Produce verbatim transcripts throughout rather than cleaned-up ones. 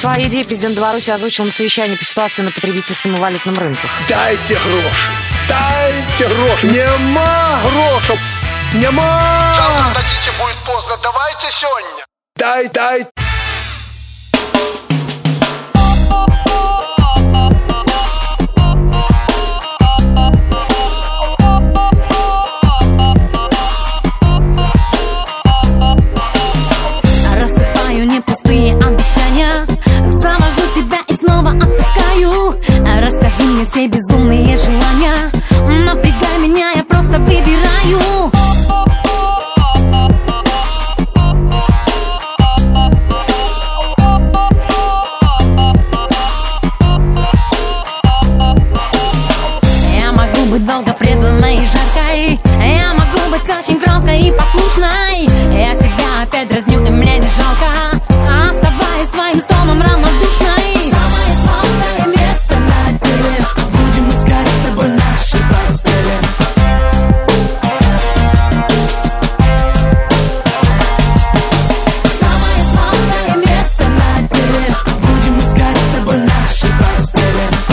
Свои идеи президент Беларуси озвучил на совещании по ситуации на потребительском и валютном рынках. Дайте гроши, дайте гроши. Нема грошей, нема. Завтра дадите, будет поздно, давайте сегодня. Дай, дай. Рассыпаю не пустые обещания, завожу тебя и снова отпускаю. Расскажи мне все безумные желания, напрягай меня, я просто выбираю. Я могу быть долго преданной и жаркой, я могу быть очень кроткой и послушной. Я тебя опять дразню, и мне не жалко, оставаясь твоим стоном равнодушной. Самое сладкое место на теле, будем искать с тобой наши постели. Самое сладкое место на теле, будем искать с тобой наши постели.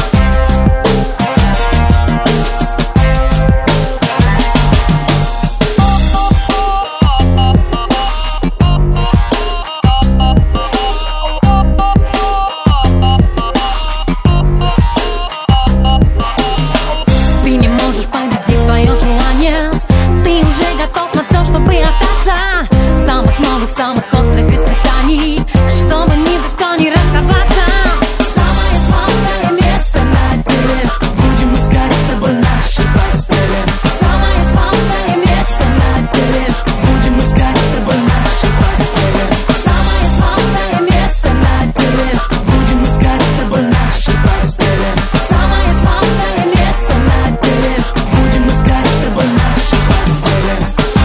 Самых острых испытаний, чтобы ни за что не расставаться. Самое сладкое место на теле, будем искать с тобой наши постели. Самое сладкое место на теле, будем искать с тобой наши постели. Самое сладкое место на теле, будем искать с тобой наши постели. Самое сладкое место на теле, будем искать с тобой наши постели.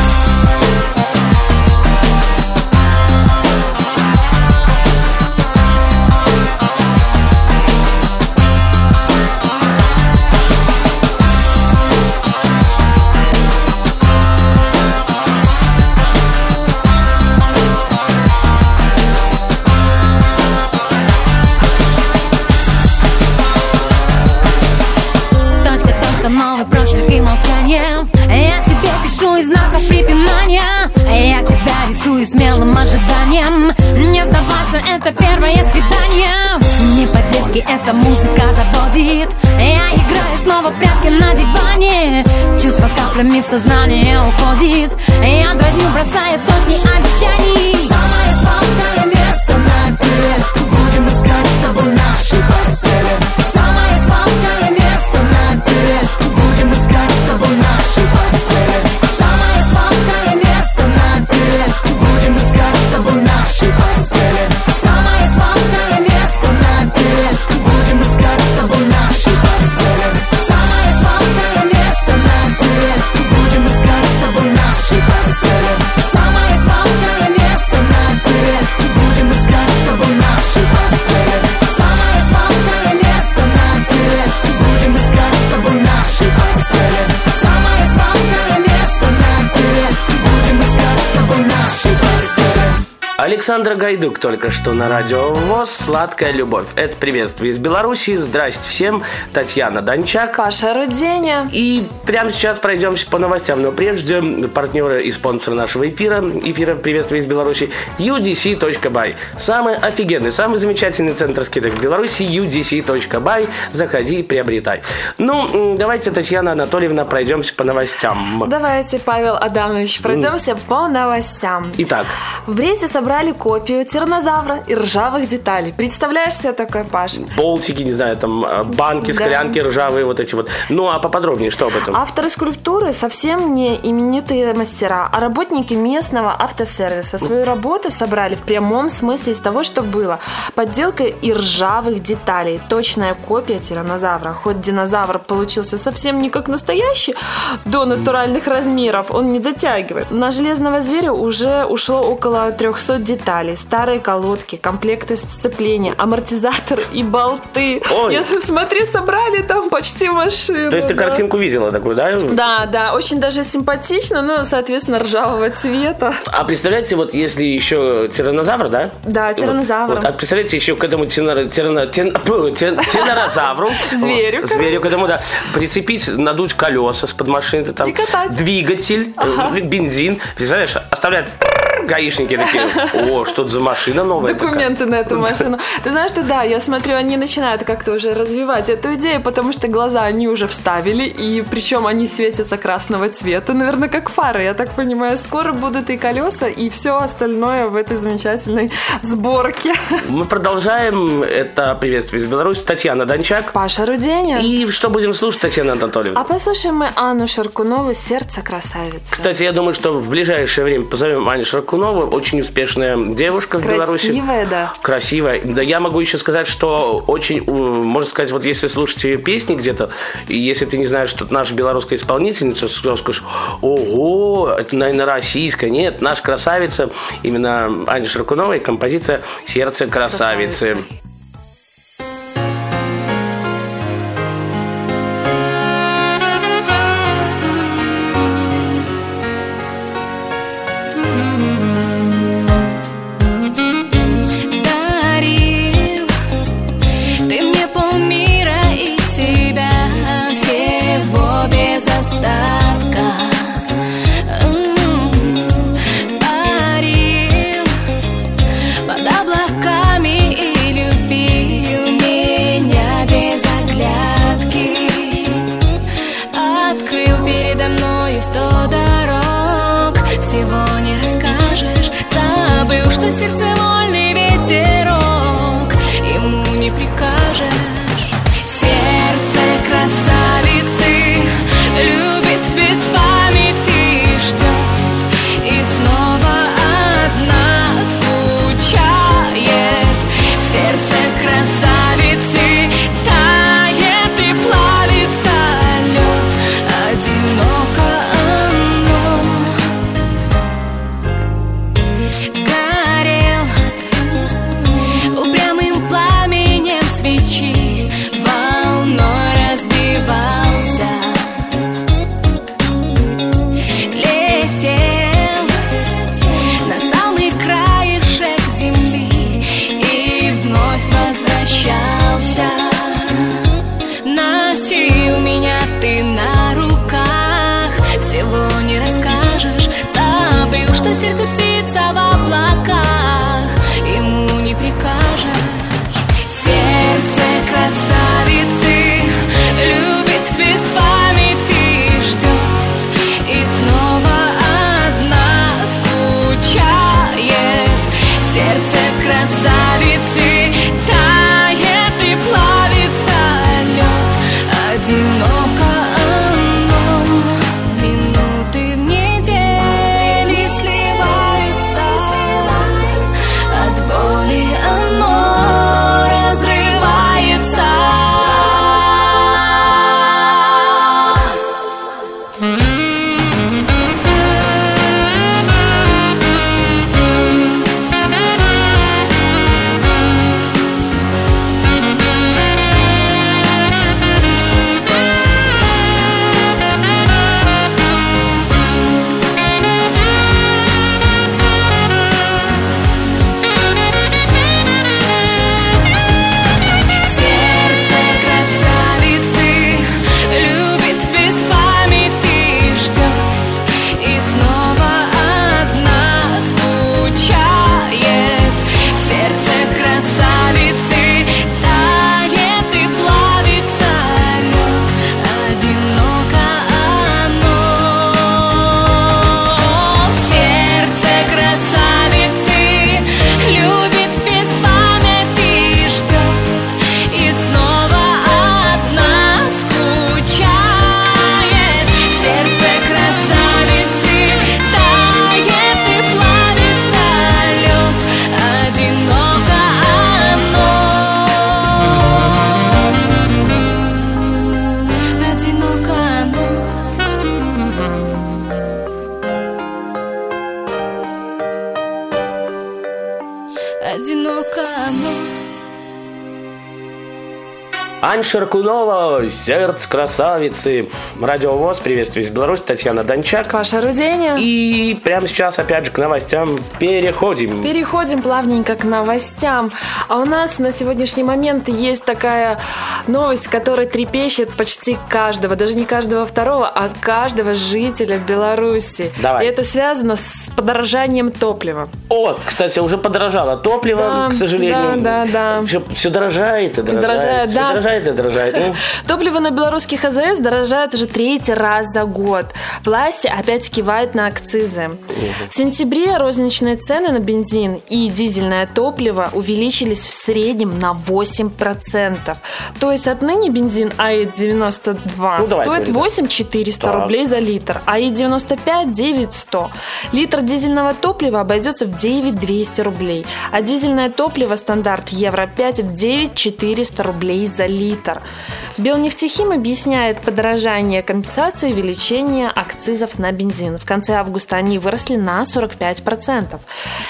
Новый прочерк и молчание. Я тебе пишу из знаков препинания. Я тебя рисую смелым ожиданием. Не сдавайся, это первое свидание. Не по-детски эта музыка заводит. Я играю снова прятки на диване. Чувство каплями в сознание уходит. Я дразню, бросая сотни обещаний. Самое сладкое место на теле, будем искать с тобой наши постели. Самое сладкое место на теле, будем искать с тобой наши постели. Самое сладкое место на теле, будем искать с тобой наши постели. Самое сладкое место на теле, будем искать с тобой наши постели. Самое сладкое место на теле, будем искать с тобой наши постели. Самое сладкое место на теле, будем искать с тобой наши постели. Самое сладкое место на теле, будем искать с тобой наши постели. Самое сладкое место на теле, будем искать с тобой наши постели. Александра Гайдук только что на радио ВОС. «Сладкая любовь». Это приветствие из Беларуси. Здрасте всем. Татьяна Дончак. Паша Руденя. И прямо сейчас пройдемся по новостям. Но прежде партнеры и спонсоры нашего эфира, эфира приветствия из Беларуси, ю ди си точка бай. Самый офигенный, самый замечательный центр скидок в Беларуси, ю ди си точка бай. Заходи и приобретай. Ну, давайте, Татьяна Анатольевна, пройдемся по новостям. Давайте, Павел Адамович, пройдемся mm. по новостям. Итак. В Бресте собрали копию тираннозавра и ржавых деталей. Представляешь себе такое, Паша? Болтики, не знаю, там банки, склянки, да. Ржавые вот эти вот. Ну, а поподробнее, что об этом? Авторы скульптуры совсем не именитые мастера, а работники местного автосервиса. Свою работу собрали в прямом смысле из того, что было. Подделка и ржавых деталей. Точная копия тираннозавра. Хоть динозавр получился совсем не как настоящий, до натуральных размеров он не дотягивает. На железного зверя уже ушло около трехсот деталей. деталей, старые колодки, комплекты сцепления, амортизатор и болты. Ой. Я, смотри, собрали там почти машину. То есть ты да. картинку видела такую, да? Да, да, очень даже симпатично, но, соответственно, ржавого цвета. А представляете, вот если еще тираннозавр, да? Да, тираннозавр. Вот, вот, а представляете, еще к этому тенор, тирано, тен, пу, тен, тенорозавру, Зверю, вот, зверю, к этому, да, прицепить, надуть колеса с-под машины, там, и катать. Двигатель, ага. бензин, представляешь, оставляют гаишники такие, о, что-то за машина новая. Документы такая. На эту машину. Ты знаешь, что да, я смотрю, они начинают как-то уже развивать эту идею, потому что глаза они уже вставили, и причем они светятся красного цвета, наверное, как фары, я так понимаю. Скоро будут и колеса, и все остальное в этой замечательной сборке. Мы продолжаем. Это приветствие из Беларуси. Татьяна Дончак. Паша Руденя. И что будем слушать, Татьяна Анатольевна? А послушаем мы Анну Шаркунову «Сердце красавицы». Кстати, я думаю, что в ближайшее время позовем Аню Шаркунову. Очень успешная девушка в Красивая, Беларуси. Красивая, да. Красивая. Да, я могу еще сказать, что очень, можно сказать, вот если слушать ее песни где-то, и если ты не знаешь, что наша белорусская исполнительница, то скажешь, ого, это, наверное, российская. Нет, наша красавица, именно Аня Шаркунова и композиция «Сердце красавицы». Красавица. Под облаками и любовью. Ань Шаркунова, сердце красавицы. Радио ВОС, приветствую из Беларуси, Татьяна Дончак. Паша Руденя. И прямо сейчас опять же к новостям переходим. Переходим плавненько к новостям. А у нас на сегодняшний момент есть такая новость, которая трепещет почти каждого, даже не каждого второго, а каждого жителя Беларуси. Давай. И это связано с подорожанием топлива. О, кстати, уже подорожало топливо, Да, к сожалению. да, да, да. Все, все дорожает и дорожает. Дорожает, все да. дорожает и дорожает. Ну. Топливо на белорусских АЗС дорожает уже третий раз за год. Власти опять кивают на акцизы. В сентябре розничные цены на бензин и дизельное топливо увеличились в среднем на восемь процентов. То есть отныне бензин АИ девяносто два Ну, давай, стоит говори, восемь тысяч четыреста Так. рублей за литр, АИ девяносто пять – девять тысяч сто. Литр дизельного топлива обойдется в девять тысяч двести рублей, а дизельное топливо стандарт Евро пять в девять тысяч четыреста рублей за литр. Белнефтехим объясняет подорожание компенсации увеличения акцизов на бензин. В конце августа они выросли на сорок пять процентов.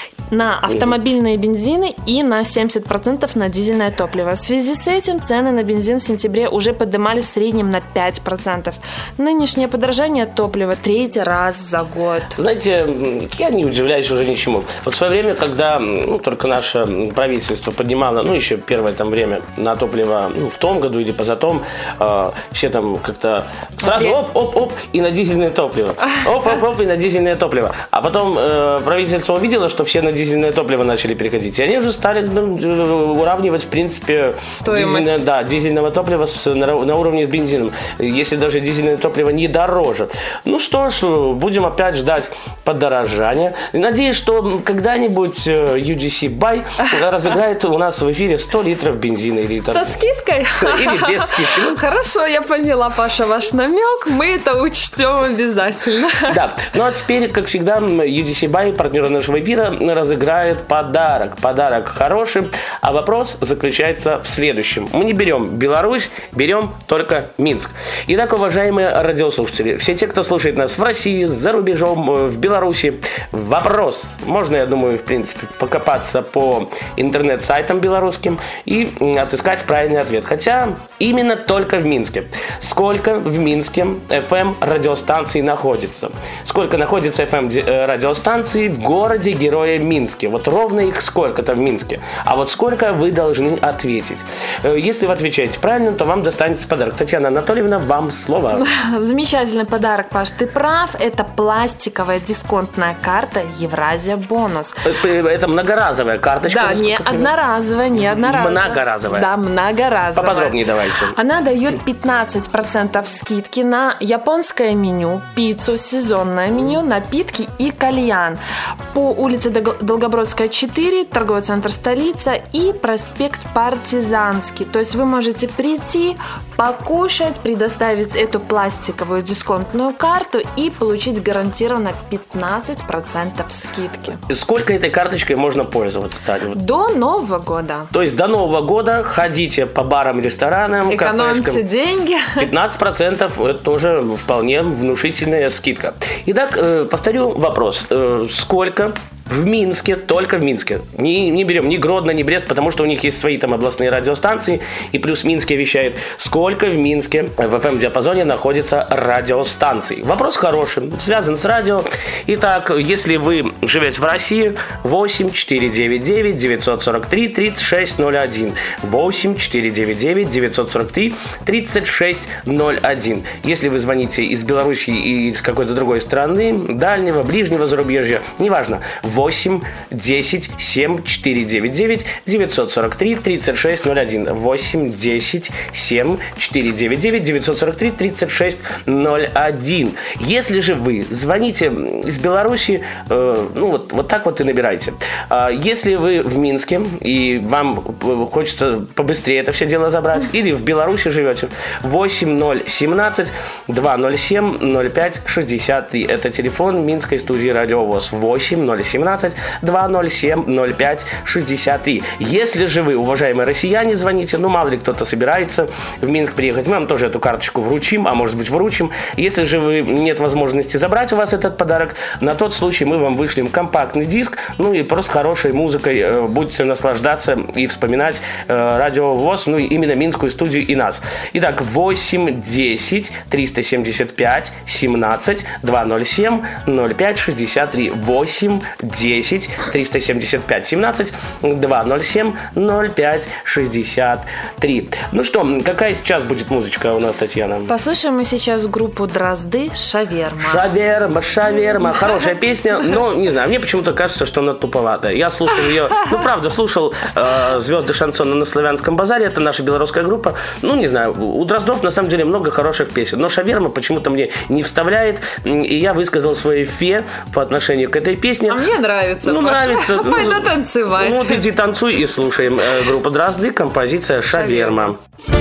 На автомобильные бензины и на семьдесят процентов на дизельное топливо. В связи с этим цены на бензин в сентябре уже поднимались в среднем на пять процентов. Нынешнее подорожание топлива третий раз за год. Знаете, я не удивляюсь уже ничему. Вот в свое время, когда ну, только наше правительство поднимало, ну, еще первое там время на топливо, ну, в том году или позатом, э, все там как-то сразу оп-оп-оп и на дизельное топливо. Оп-оп-оп и на дизельное топливо. А потом э, правительство увидело, что все на дизельное топливо начали переходить. И они уже стали ну, уравнивать, в принципе, дизельное, да, дизельного топлива с, на, на уровне с бензином. Если даже дизельное топливо не дороже. Ну что ж, будем опять ждать подорожания. Надеюсь, что когда-нибудь ю ди си Buy разыграет у нас в эфире сто литров бензина или литр. Со скидкой? Или без скидки. Ну, хорошо, я поняла, Паша, ваш намек. Мы это учтем обязательно. Да. Ну а теперь, как всегда, ю ди си Buy, партнеры нашего эфира, разыграет подарок. Подарок хороший. А вопрос заключается в следующем. Мы не берем Беларусь, берем только Минск. Итак, уважаемые радиослушатели, все те, кто слушает нас в России, за рубежом, в Беларуси, вопрос. Можно, я думаю, в принципе, покопаться по интернет-сайтам белорусским и отыскать правильный ответ. Хотя именно только в Минске. Сколько в Минске эф эм-радиостанций находится? Сколько находится эф эм-радиостанций в городе Героя Минске? Вот ровно их сколько-то в Минске. А вот сколько вы должны ответить? Если вы отвечаете правильно, то вам достанется подарок. Татьяна Анатольевна, вам слово. Замечательный подарок, Паш. Ты прав. Это пластиковая дисконтная карта Евразия Бонус. Это, это многоразовая карточка. Да, не одноразовая, не одноразовая. Многоразовая. Да, многоразовая. Поподробнее давайте. Она дает пятнадцать процентов скидки на японское меню, пиццу, сезонное меню, напитки и кальян. По улице Долгобродская, четыре, торговый центр «Столица» и проспект Партизанский. То есть вы можете прийти, покушать, предоставить эту пластиковую дисконтную карту и получить гарантированно пятнадцать процентов скидки. Сколько этой карточкой можно пользоваться, Таня? До Нового года. То есть до Нового года ходите по барам, ресторанам, экономьте кафешкам. деньги. пятнадцать процентов это тоже вполне внушительная скидка. Итак, повторю вопрос. Сколько в Минске, только в Минске. Не, не берем ни Гродно, ни Брест, потому что у них есть свои там областные радиостанции, и плюс в Минске вещает, сколько в Минске в эф эм-диапазоне находится радиостанций. Вопрос хороший, связан с радио. Итак, если вы живете в России, восемь четыре девять девять девятьсот сорок три тридцать шесть ноль один. восемь четыре девять девять девятьсот сорок три тридцать шесть ноль один. Если вы звоните из Беларуси и из какой-то другой страны, дальнего, ближнего зарубежья, неважно, восемь десять семь четыре девять девять девятьсот сорок три тридцать шесть ноль один. восемь десять семь четыре девять девять девятьсот сорок три тридцать шесть ноль один. Если же вы звоните из Беларуси, э, ну вот, вот так вот и набирайте. А если вы в Минске и вам хочется побыстрее это все дело забрать, или в Беларуси живете, восемь ноль семнадцать два ноль семь ноль пять шестьдесят три. Это телефон Минской студии Радио ВОС. восемь ноль семнадцать семнадцать два ноль семь ноль пять шестьдесят три. Если же вы, уважаемые россияне, звоните, ну, мало ли кто-то собирается в Минск приехать, мы вам тоже эту карточку вручим, а может быть вручим. Если же вы нет возможности забрать у вас этот подарок, на тот случай мы вам вышлем компактный диск, ну и просто хорошей музыкой э, будете наслаждаться и вспоминать э, Радио ВОС, ну и именно Минскую студию и нас. Итак, восемь десять триста семьдесят пять семнадцать два ноль семь ноль пять шестьдесят три. восемь десять триста семьдесят пять семнадцать два ноль семь ноль пять шестьдесят три. Ну что, какая сейчас будет музычка у нас, Татьяна? Послушаем мы сейчас группу «Дрозды» «Шаверма». Шаверма, шаверма. Хорошая песня, но, не знаю, мне почему-то кажется, что она туповатая. Я слушал ее, ну, правда, слушал э, «Звезды шансона» на Славянском базаре, это наша белорусская группа. Ну, не знаю, у Дроздов, на самом деле, много хороших песен, но «Шаверма» почему-то мне не вставляет, и я высказал свое фе по отношению к этой песне. А мне нравится, Ну, Паша. нравится. Пойду ну, танцевать. Ну, вот иди танцуй и слушаем э, группу «Дрозды», композиция «Шаверма».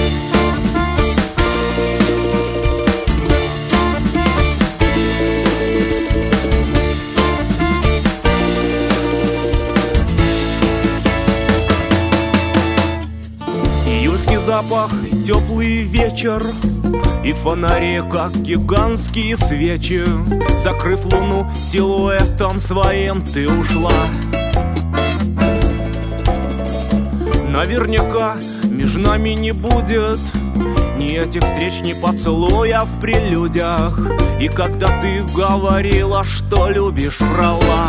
Июльский запах, теплый вечер, и фонари, как гигантские свечи. Закрыв луну силуэтом своим, ты ушла. Наверняка между нами не будет ни этих встреч, ни поцелуев в прелюдиях. И когда ты говорила, что любишь, врала.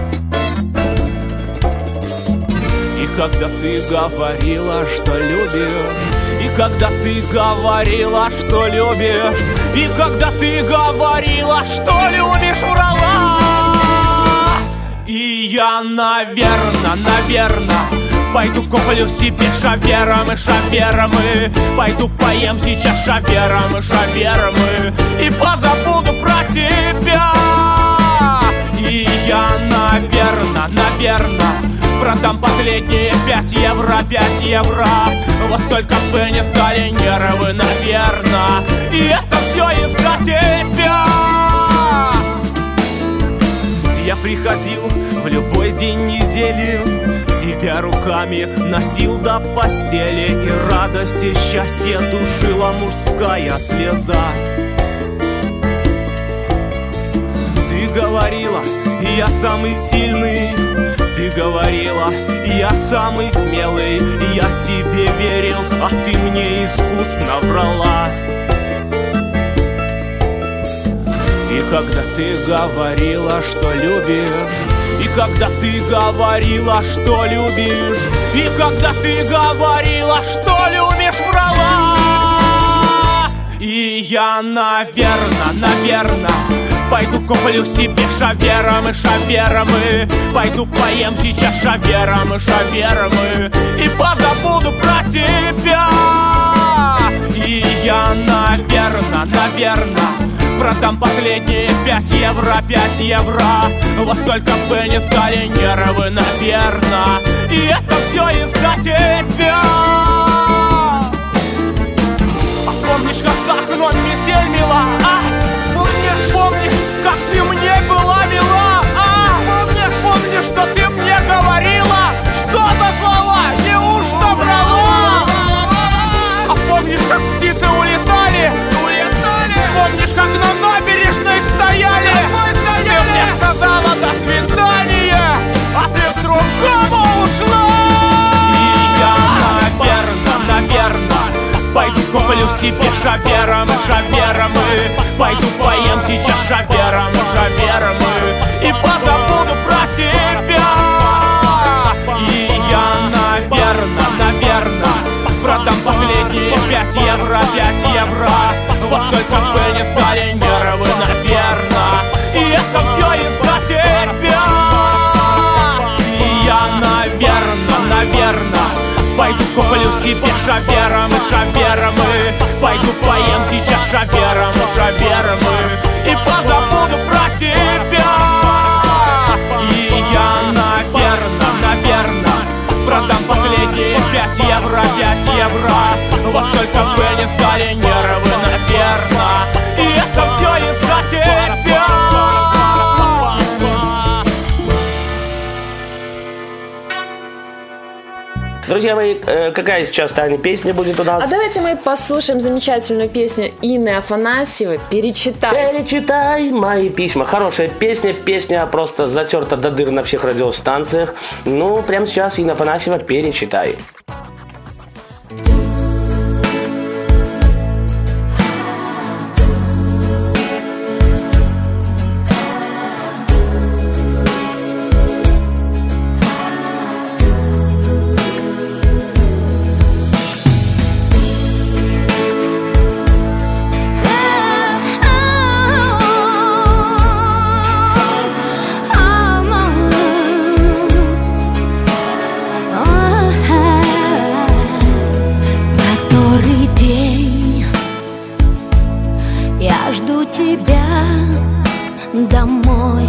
И когда ты говорила, что любишь, и когда ты говорила, что любишь, и когда ты говорила, что любишь, врала. И я, наверно, наверно пойду куплю себе шавермы, шавермы. Пойду поем сейчас шавермы, шавермы, и позабуду про тебя. И я, наверно, наверно продам последние пять евро, пять евро. Вот только бы не стали нервы, наверно. И это все из-за тебя. Я приходил в любой день недели, тебя руками носил до постели, и радость и счастье душила мужская слеза. Ты говорила, я самый сильный. Ты говорила, я самый смелый. Я тебе верил, а ты мне искусно врала. И когда ты говорила, что любишь, и когда ты говорила, что любишь, и когда ты говорила, что любишь, врала. И я, наверно, наверно пойду куплю себе шавермы, шавермы. Пойду поем сейчас шавермы, шавермы, и позабуду про тебя. И я, наверно, наверно продам последние пять евро, пять евро. Вот только бы не стали нервы, наверно. И это все из-за тебя. А помнишь, как за окном метель мила, а? Помнишь, помнишь, как ты мне была мила, а? Помнишь, помнишь, что ты мне говорила? Что за слова? Неужто врала? А помнишь, как птицы улетали? Улетали? Помнишь, как на набережной стояли? Ты мне сказала до свидания, а ты к другому ушла. И я, наверно, наверно пойду куплю себе шавермы, шавермы. Пойду поем сейчас шавермы, шавермы, и позабуду про тебя. И я, наверно, наверно продам последние пять евро, пять евро. Вот только бы не стали нервы, наверно. И это все из-за тебя. И я, наверно, наверно пойду куплю себе шавермы, шавермы. Пойду поем сейчас шавермы, шавермы, и позабуду про тебя. И я, наверно, наверно продам последние пять евро, пять евро. Вот только бы не стали нервы, наверно. И это все из-за тебя. Друзья мои, э, какая сейчас, Таня, песня будет у нас? А давайте мы послушаем замечательную песню Инны Афанасьевой «Перечитай». Перечитай мои письма. Хорошая песня, песня просто затерта до дыр на всех радиостанциях. Ну, прямо сейчас Инна Афанасьева «Перечитай». Домой,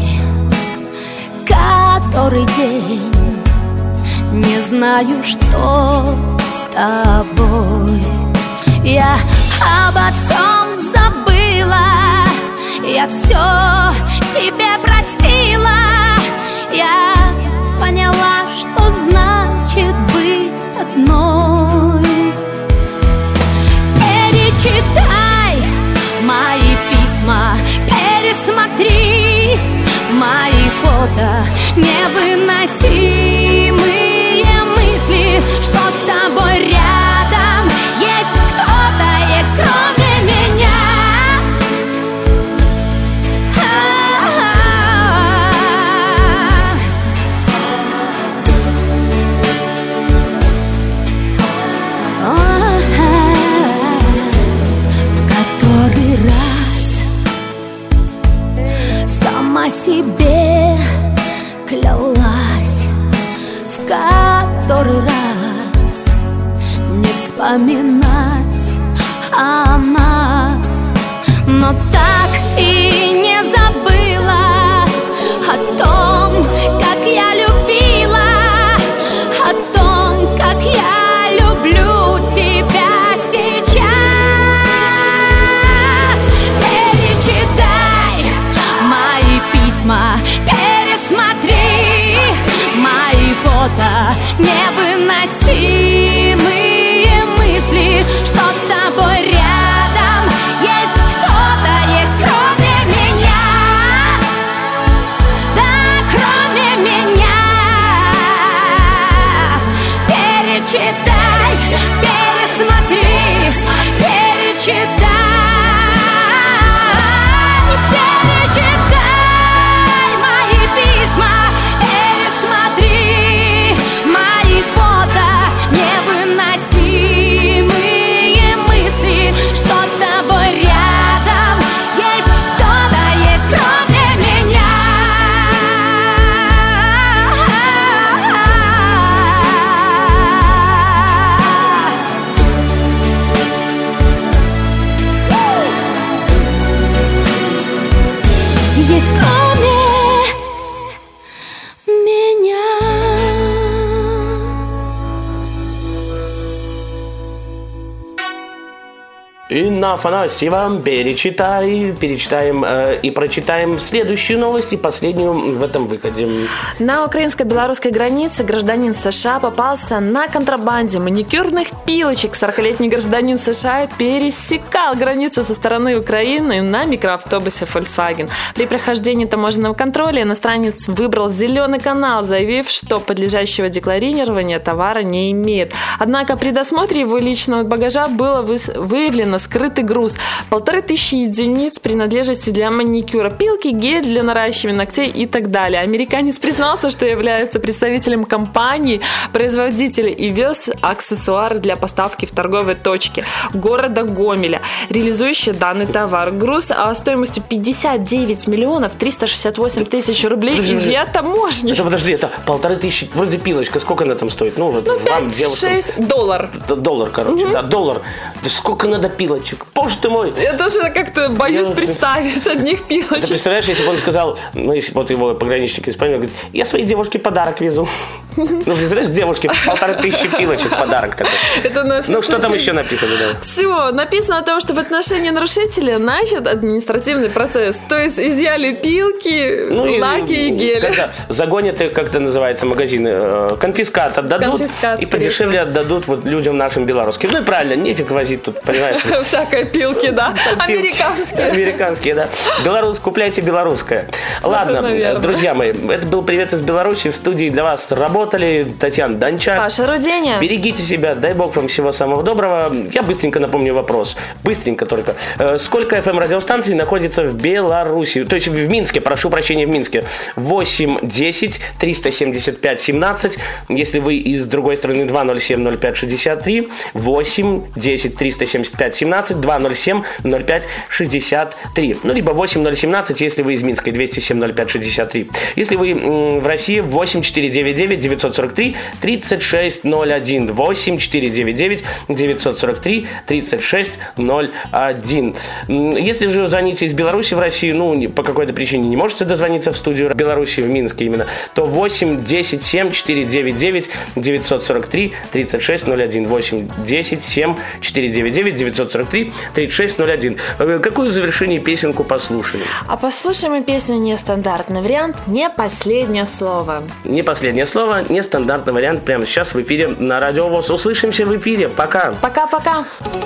который день не знаю, что с тобой. Я обо всем забыла, я все тебе простила. Я поняла, что значит быть одной. Перечитай мои письма, пересмотри мои фото, невыносимые мысли, что с тобой рядом есть кто-то, есть кроме меня. В который раз сама себе клялась, в который раз не вспоминать о нас, но так и не забыла о том, как я любила, о том, как я люблю тебя сейчас. Перечитай мои письма, пересмотри мои фото, невыносимые мысли, что с тобой рядом есть кто-то, есть кроме меня. Да, кроме меня. Перечитай, пересмотри, перечитай. Невыносимые мысли, что с тобой рядом есть кто-то, есть кроме меня. Есть кроме меня. Инна Афанасьева, перечитай, перечитаем э, и прочитаем следующую новость и последнюю в этом выходе. На украинско-белорусской границе гражданин США попался на контрабанде маникюрных пилочек. сорокалетний гражданин США пересекал границу со стороны Украины на микроавтобусе Volkswagen. При прохождении таможенного контроля иностранец выбрал зеленый канал, заявив, что подлежащего декларирования товара не имеет. Однако при досмотре его личного багажа было выявлено скрытый груз. Полторы тысячи единиц принадлежности для маникюра, пилки, гель для наращивания ногтей и так далее. Американец признался, что является представителем компании, производителя, и вез аксессуары для поставки в торговой точке города Гомеля, реализующие данный товар. Груз стоимостью пятьдесят девять миллионов триста шестьдесят восемь тысяч рублей изъят таможней. Это, подожди, это полторы тысячи, вроде пилочка, сколько она там стоит? Ну, вот ну вам, пять-шесть доллар. Доллар, короче, угу. Да, доллар. Да сколько надо пилочек? Боже ты мой! Я тоже как-то боюсь я... представить одних пилочек. Ты представляешь, если бы он сказал, ну, если бы вот его пограничник исполнил, говорит, я своей девушке подарок везу. Ну, представляешь, девушке полторы тысячи пилочек подарок такой. Это на Ну, что там еще написано? Да? Все, написано о том, что в отношении нарушителя начат административный процесс. То есть изъяли пилки, ну, лаки и, и гели. Когда загонят их, как это называется, магазины, конфискат отдадут. Конфискат, и подешевле всего. Отдадут вот людям нашим белорусским. Ну и правильно, нефиг возить тут, понимаешь? Всякой пилки, да. Американские. Американские, да. Белорус, купляйте белорусское. Ладно, друзья мои, это был привет из Беларуси. В студии для вас работали Татьяна Дончак, Паша Руденя. Берегите себя, дай бог вам всего самого доброго. Я быстренько напомню вопрос. Быстренько только. Сколько эф эм-радиостанций находится в Беларуси? То есть в Минске, прошу прощения, в Минске. восемь десять триста семьдесят пять семнадцать. Если вы из другой страны, два ноль семь ноль пять шестьдесят три. восемь десять триста семьдесят пять семнадцать. два ноль семь ноль пять шестьдесят три. Ну, либо восемь ноль семнадцать, если вы из Минска, двести семь ноль пять шестьдесят три. Если вы м, в России, восемь четыре девять девять девятьсот сорок три тридцать шесть ноль один. восемь четыре девять девять девятьсот сорок три тридцать шесть ноль один. Если же звоните из Беларуси в Россию, ну, по какой-то причине не можете дозвониться в студию Беларуси, в Минске именно, то восемь десять семь четыре девять девять девятьсот сорок три тридцать шесть ноль один. восемь десять семь четыре девять девять девятьсот сорок три тридцать шесть ноль один. Какую в завершении песенку послушаем? А послушаем мы песню «Нестандартный вариант», «Не последнее слово». Не последнее слово, нестандартный вариант прямо сейчас в эфире на Радио ВОС. Услышимся в эфире. Пока. Пока-пока.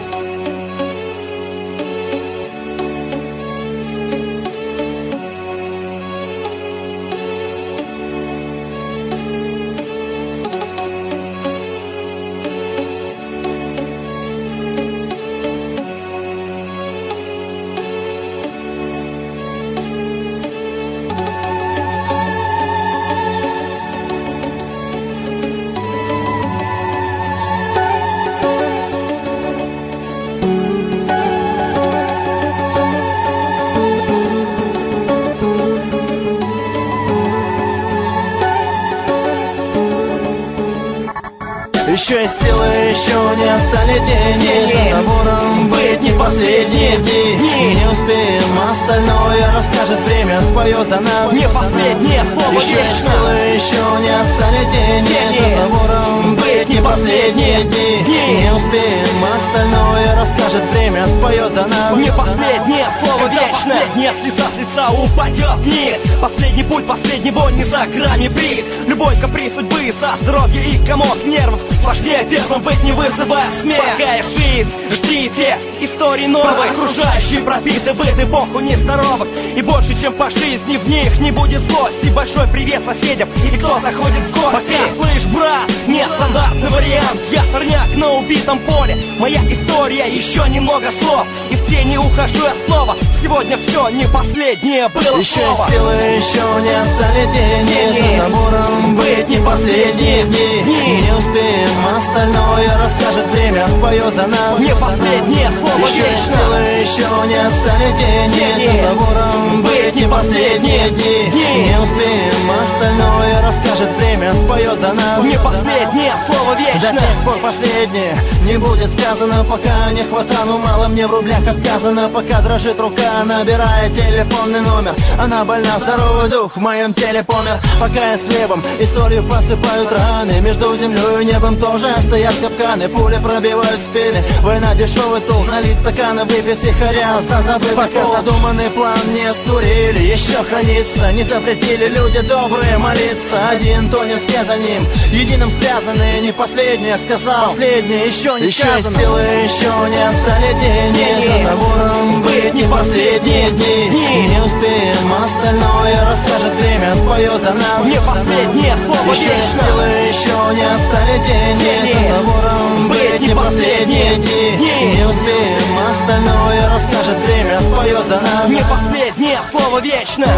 Еще есть силы, еще не отстали деньги. За забором быть не последние дни. Не успеем, остальное расскажет время, споет о нас. Не последнее слово еще вечно. Есть силы, еще не отстали деньги. За забором быть не последние дни. Не успеем, остальное расскажет время, споет о нас. Не последнее слово Когда вечно. Последняя слеза с лица упадет вниз. Последний путь, последний бой, не за грани приз. Любой каприз судьбы, со здоровья и комок нервов. Сложнее первым быть, не вызывая смех. Какая жизнь, ждите истории новой. Окружающие пробиты быт, эпоху нездоровых. И больше, чем по жизни, в них не будет злости. Большой привет соседям и кто заходит в гости. Пока, слышь, брат, нестандартный вариант. Я сорняк на убитом поле. Моя история, еще немного слов. И в тени ухожу я снова. Сегодня все не последнее было еще слово. Еще силы, еще не отстали деньги. За забором быть не последние дни. Не успеем, остальное расскажет время, споет о нас. Не последнее слово еще вечно. Силы, еще не отстали деньги. За забором быть не последние дни. Не успеем, остальное расскажет время, споет о нас. Не последнее слово вечно. До тех пор последнее не будет сказано, пока не хватану, мало мне в рублях отказано. Пока дрожит рука, набирая телефонный номер. Она больна, здоровый дух в моем теле помер. Пока я с хлебом и солью посыпают раны. Между землей и небом тоже стоят капканы. Пули пробивают спины, война дешевый тул. Налить стаканы, выпить тихоря, за забытый пока задуманный план не стурили. Еще хранится, не запретили люди добрые молиться. Один тонет, все за ним, единым связаны. Не последнее сказал, последнее еще не еще сказано. Силы, еще не отстали деньги. За забором быть не последние дни. Не успеем, остальное расскажет время, споет о нас. Не последнее слово еще вечно. Силы, еще не отстали деньги. За забором быть не последние дни. Не успеем, остальное расскажет время, споет о нас. Не последнее слово вечно.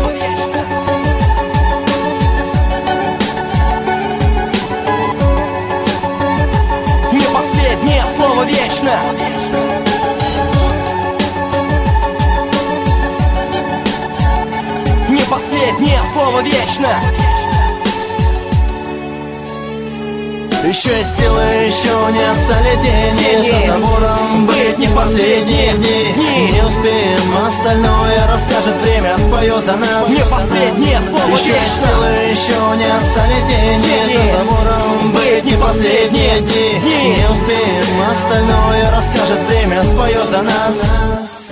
Не последнее слово вечно. Не последнее слово вечно. Еще есть силы, еще не отстали деньги. За забором быть не последние дни. Не успеем, остальное расскажет время, споет о нас. Не последнее слово еще есть вечно. силы, еще не отстали деньги. За разговором быть не последние дни. Не успеем, остальное расскажет время, споет за нас.